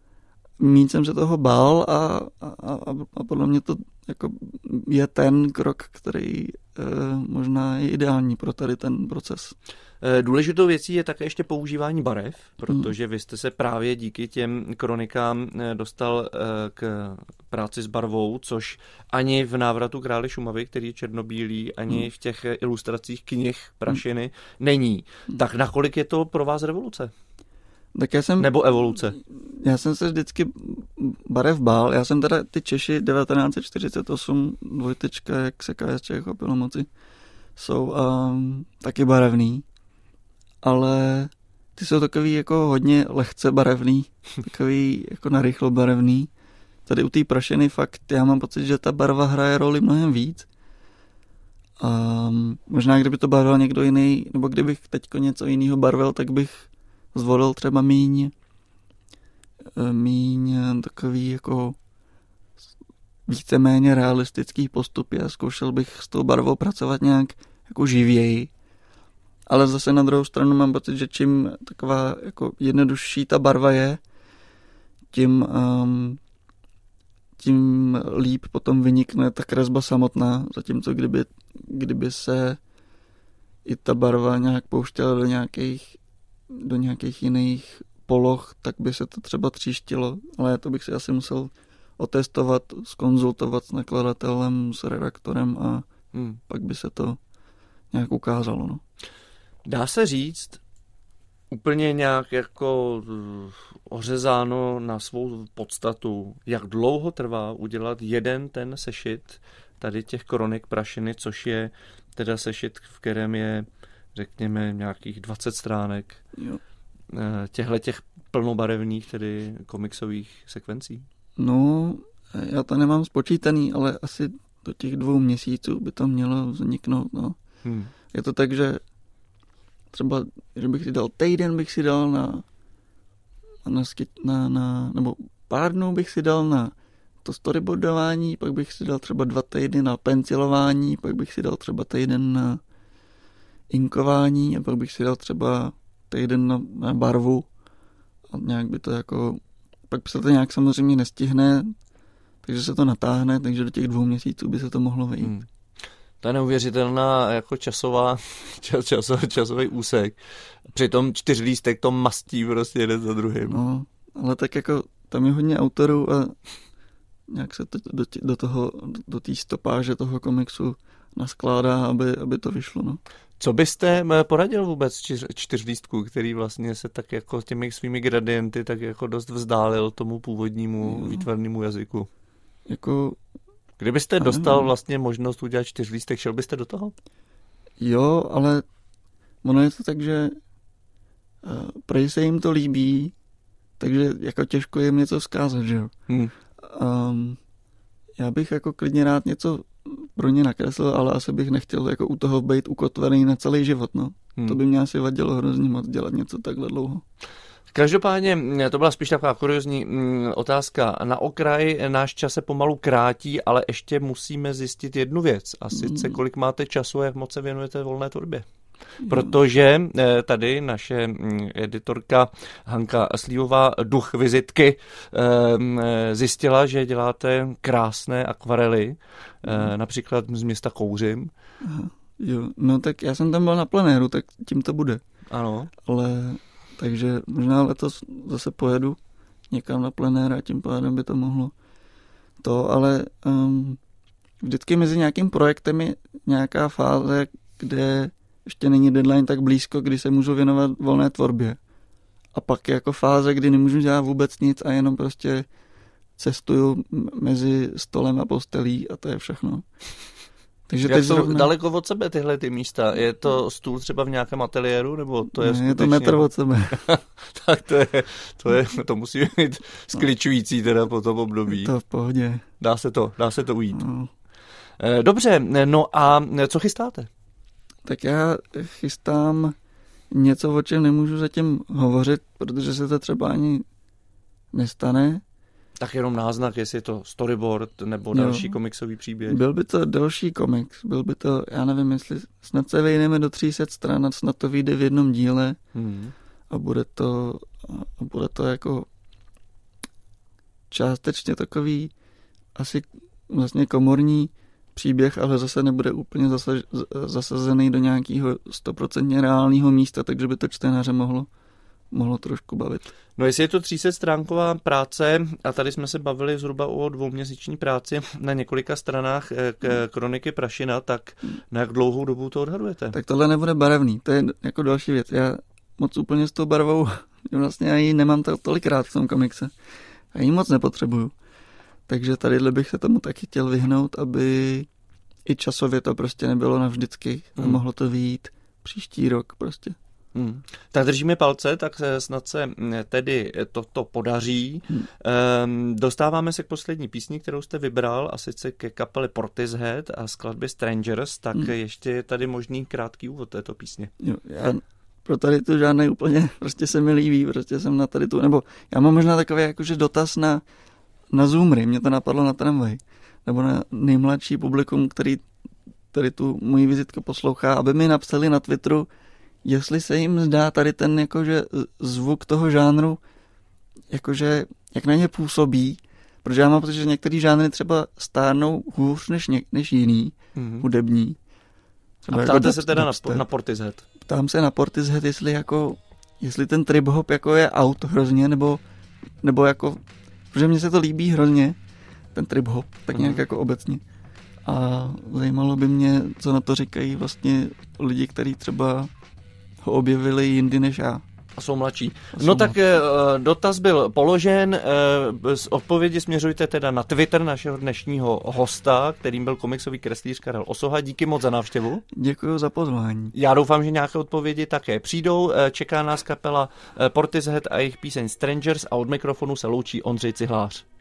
Míň jsem se toho bál a, a, a podle mě to jako je ten krok, který e, možná je ideální pro tady ten proces. Důležitou věcí je také ještě používání barev, protože vy jste se právě díky těm kronikám dostal k práci s barvou, což ani v Návratu krále Šumavy, který je černobílý, ani v těch ilustracích knih Prašiny není. Tak nakolik je to pro vás revoluce? Tak já jsem, Nebo evoluce? Já jsem se vždycky barev bál. Já jsem teda ty Češi devatenáct set čtyřicet osm, dvojtečka, jak se K S Č chopilo moci, jsou um, taky barevný. Ale ty jsou takový jako hodně lehce barevný, takový jako narychlo barevný. Tady u té prašiny fakt já mám pocit, že ta barva hraje roli mnohem víc. A možná kdyby to barvil někdo jiný, nebo kdybych teďko něco jiného barvil, tak bych zvolil třeba míň, míň takový jako víceméně realistický postupy a zkoušel bych s tou barvou pracovat nějak jako živěji. Ale zase na druhou stranu mám pocit, že čím taková jako jednodušší ta barva je, tím, um, tím líp potom vynikne ta kresba samotná. Zatímco kdyby, kdyby se i ta barva nějak pouštěla do nějakých, do nějakých jiných poloh, tak by se to třeba tříštilo. Ale to bych si asi musel otestovat, zkonzultovat s nakladatelem, s redaktorem a hmm. pak by se to nějak ukázalo. No. Dá se říct, úplně nějak jako ořezáno na svou podstatu, jak dlouho trvá udělat jeden ten sešit tady těch kronik Prašiny, což je teda sešit, v kterém je, řekněme, nějakých dvacet stránek těchto těch plnobarevných, tedy komiksových sekvencí? No, já to nemám spočítaný, ale asi do těch dvou měsíců by to mělo vzniknout. No. Hmm. Je to tak, že třeba, že bych si dal týden, bych si dal na, na, na, na nebo pár dnů bych si dal na to storyboardování, pak bych si dal třeba dva týdny na pencilování, pak bych si dal třeba týden na inkování a pak bych si dal třeba týden na, na barvu a nějak by to jako, pak se to nějak samozřejmě nestihne, takže se to natáhne, takže do těch dvou měsíců by se to mohlo vejít. Hmm. To je neuvěřitelná jako časová, čas, čas, časový úsek. Přitom čtyřlístek to mastí prostě jeden za druhým. No, ale tak jako tam je hodně autorů a nějak se to do, tě, do toho, do té stopáže toho komiksu naskládá, aby, aby to vyšlo, no. Co byste poradil vůbec čtyř, čtyřlístku, který vlastně se tak jako těmi svými gradienty tak jako dost vzdálil tomu původnímu jo. výtvarnému jazyku? Jako... Kdybyste dostal vlastně možnost udělat čtyřlístek, šel byste do toho? Jo, ale ono je to tak, že uh, prej se jim to líbí, takže jako těžko jim něco vzkázat, že jo. Hmm. Um, já bych jako klidně rád něco pro ně nakreslil, ale asi bych nechtěl jako u toho být ukotvený na celý život, no. Hmm. To by mě asi vadilo hrozně moc dělat něco takhle dlouho. Každopádně to byla spíš taková kuriozní otázka. Na okraj náš čas se pomalu krátí, ale ještě musíme zjistit jednu věc. A sice kolik máte času a jak moc se věnujete volné tvorbě. Protože tady naše editorka Hanka Slívová, duch vizitky, zjistila, že děláte krásné akvarely, například z města Kouřim. Aha, jo, no tak já jsem tam byl na plenéru, tak tím to bude. Ano. Ale takže možná letos zase pojedu někam na plenér a tím pádem by to mohlo to, ale um, vždycky mezi nějakým projektem je nějaká fáze, kde ještě není deadline tak blízko, kdy se můžu věnovat volné tvorbě. A pak je jako fáze, kdy nemůžu dělat vůbec nic a jenom prostě cestuju mezi stolem a postelí a to je všechno. Takže jak jsou zrovna daleko od sebe tyhle ty místa? Je to stůl třeba v nějakém ateliéru, nebo to je ne, skutečně... je to metr od sebe. Tak to je, to je, to musí být skličující teda po tom období. Je to v pohodě. Dá se to, dá se to ujít. No. Dobře, no a co chystáte? Tak já chystám něco, o čem nemůžu zatím hovořit, protože se to třeba ani nestane. Tak jenom náznak, jestli je to storyboard nebo další jo. komiksový příběh. Byl by to další komiks, byl by to, já nevím, jestli snad se vejdeme do tří set stran a snad to vyjde v jednom díle hmm. a bude to, a bude to jako částečně takový asi vlastně komorní příběh, ale zase nebude úplně zase, zasazený do nějakého stoprocentně reálného místa, takže by to čtenáře mohlo mohlo trošku bavit. No jestli je to tři sta stránková práce a tady jsme se bavili zhruba o dvouměsíční práci na několika stranách k kroniky Prašina, tak na jak dlouhou dobu to odhadujete? Tak tohle nebude barevný, to je jako další věc. Já moc úplně s tou barvou, vlastně já ji nemám to tolikrát v tom komikse. Já ji moc nepotřebuju. Takže tadyhle bych se tomu taky chtěl vyhnout, aby i časově to prostě nebylo navždycky a hmm. mohlo to vyjít příští rok prostě. Hmm. Tak držíme palce, tak snad se tedy toto podaří. Hmm. Ehm, dostáváme se k poslední písni, kterou jste vybral, a sice ke kapele Portishead a skladbě Strangers, tak hmm. ještě je tady možný krátký úvod této písně. Jo, já pro tady tu žádnej úplně, prostě se mi líbí, prostě jsem na tady tu, nebo já mám možná takový jakože dotaz na, na Zoomry, mě to napadlo na tramvaj, nebo na nejmladší publikum, který tady tu moji vizitku poslouchá, aby mi napsali na Twitteru, jestli se jim zdá tady ten jakože zvuk toho žánru, jakože jak na ně působí, protože já mám pocit, že některý žánry třeba stárnou hůř než, ně, než jiný, mm-hmm. hudební. Třeba a ptáte jako se teda na, na Portishead? Ptám se na Portishead, jestli jako, jestli ten trip-hop jako je out hrozně, nebo, nebo jako, protože mně se to líbí hrozně, ten trip-hop, tak nějak mm-hmm. jako obecně. A zajímalo by mě, co na to říkají vlastně lidi, kteří třeba ho objevili jindy než já. A jsou mladší. A no tak mladší. Dotaz byl položen, z odpovědi směřujte teda na Twitter našeho dnešního hosta, kterým byl komiksový kreslíř Karel Osoha. Díky moc za návštěvu. Děkuji za pozvání. Já doufám, že nějaké odpovědi také přijdou. Čeká nás kapela Portishead a jejich píseň Strangers a od mikrofonu se loučí Ondřej Cihlář.